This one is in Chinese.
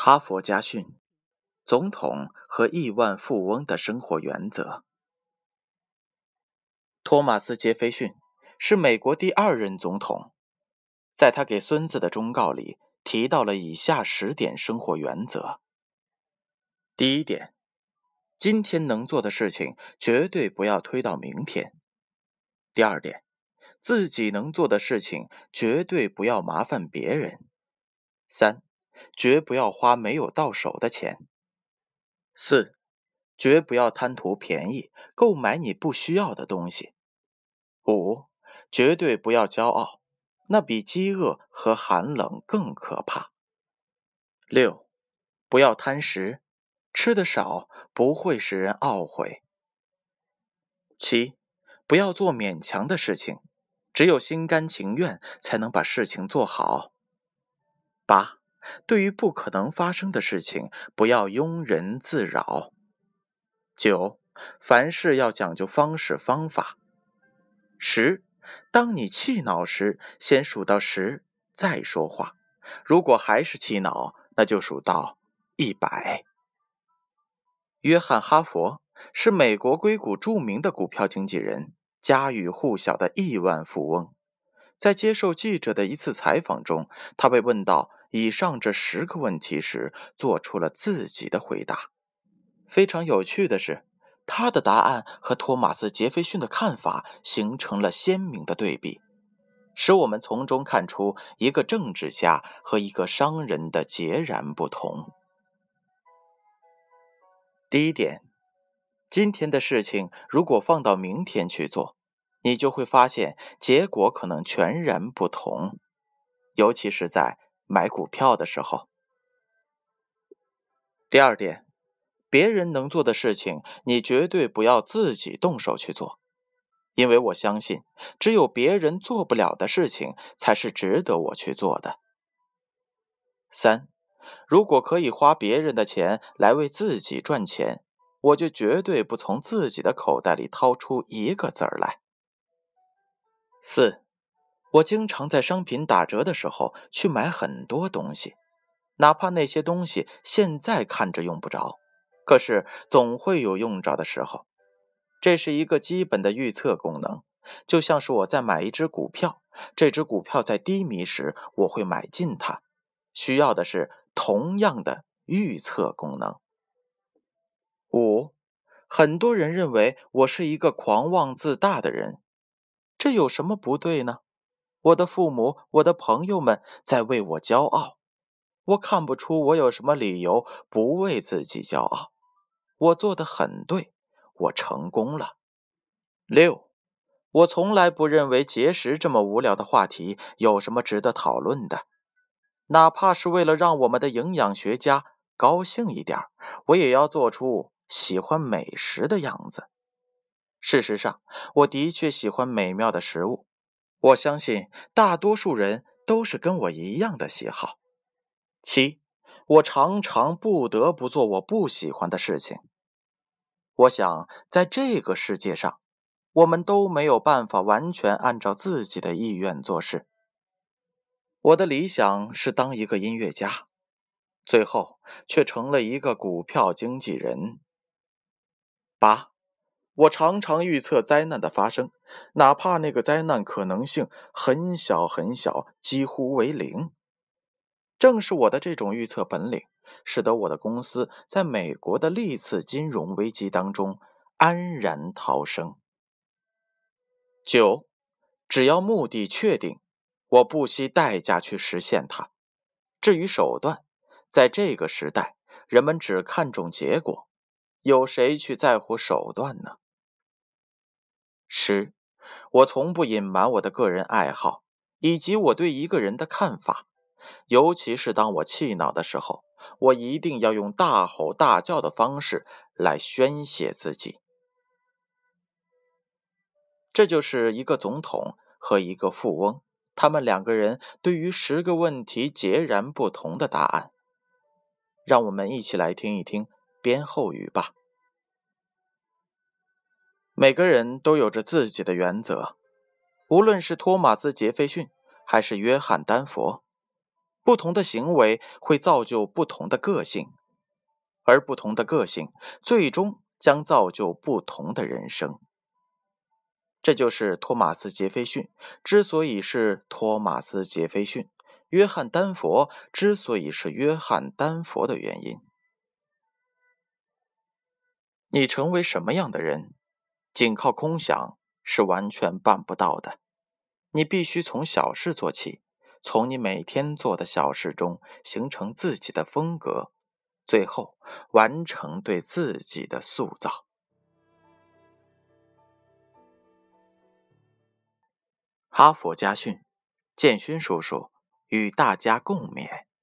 哈佛家训：总统和亿万富翁的生活原则。托马斯·杰斐逊是美国第2任总统，在他给孙子的忠告里提到了以下10点生活原则。第一点，今天能做的事情绝对不要推到明天。第二点，自己能做的事情绝对不要麻烦别人。3，绝不要花没有到手的钱。4，绝不要贪图便宜，购买你不需要的东西。5，绝对不要骄傲，那比饥饿和寒冷更可怕。6，不要贪食，吃得少不会使人懊悔。7，不要做勉强的事情，只有心甘情愿才能把事情做好。8，对于不可能发生的事情，不要庸人自扰。9，凡事要讲究方式方法。10，当你气恼时，先数到10再说话，如果还是气恼，那就数到100。约翰·哈佛是美国硅谷著名的股票经纪人，家喻户晓的亿万富翁。在接受记者的一次采访中，他被问到以上这10个问题时，做出了自己的回答。非常有趣的是，他的答案和托马斯·杰斐逊的看法形成了鲜明的对比，使我们从中看出一个政治家和一个商人的截然不同。第一点，今天的事情如果放到明天去做，你就会发现结果可能全然不同，尤其是在买股票的时候。第二点，别人能做的事情，你绝对不要自己动手去做，因为我相信，只有别人做不了的事情，才是值得我去做的。3，如果可以花别人的钱来为自己赚钱，我就绝对不从自己的口袋里掏出一个子儿来。4，我经常在商品打折的时候去买很多东西，哪怕那些东西现在看着用不着，可是总会有用着的时候。这是一个基本的预测功能，就像是我在买一只股票，这只股票在低迷时我会买进它，需要的是同样的预测功能。5，很多人认为我是一个狂妄自大的人，这有什么不对呢？我的父母，我的朋友们在为我骄傲，我看不出我有什么理由不为自己骄傲。我做得很对，我成功了。6，我从来不认为节食这么无聊的话题有什么值得讨论的，哪怕是为了让我们的营养学家高兴一点，我也要做出喜欢美食的样子。事实上，我的确喜欢美妙的食物，我相信大多数人都是跟我一样的喜好。7，我常常不得不做我不喜欢的事情。我想，在这个世界上，我们都没有办法完全按照自己的意愿做事。我的理想是当一个音乐家，最后却成了一个股票经纪人。8，我常常预测灾难的发生，哪怕那个灾难可能性很小很小，几乎为0。正是我的这种预测本领，使得我的公司在美国的历次金融危机当中安然逃生。9，只要目的确定，我不惜代价去实现它。至于手段，在这个时代，人们只看重结果，有谁去在乎手段呢？10，我从不隐瞒我的个人爱好，以及我对一个人的看法，尤其是当我气恼的时候，我一定要用大吼大叫的方式来宣泄自己。这就是一个总统和一个富翁，他们2个人对于10个问题截然不同的答案。让我们一起来听一听编后语吧。每个人都有着自己的原则，无论是托马斯·杰斐逊还是约翰·丹佛， 不同的行为会造就不同的个性，而不同的个性最终将造就不同的人生。这就是托马斯·杰斐逊之所以是托马斯·杰斐逊，约翰·丹佛之所以是约翰·丹佛的原因。你成为什么样的人，仅靠空想是完全办不到的。你必须从小事做起，从你每天做的小事中形成自己的风格，最后完成对自己的塑造。哈佛家训，建勋叔叔与大家共勉。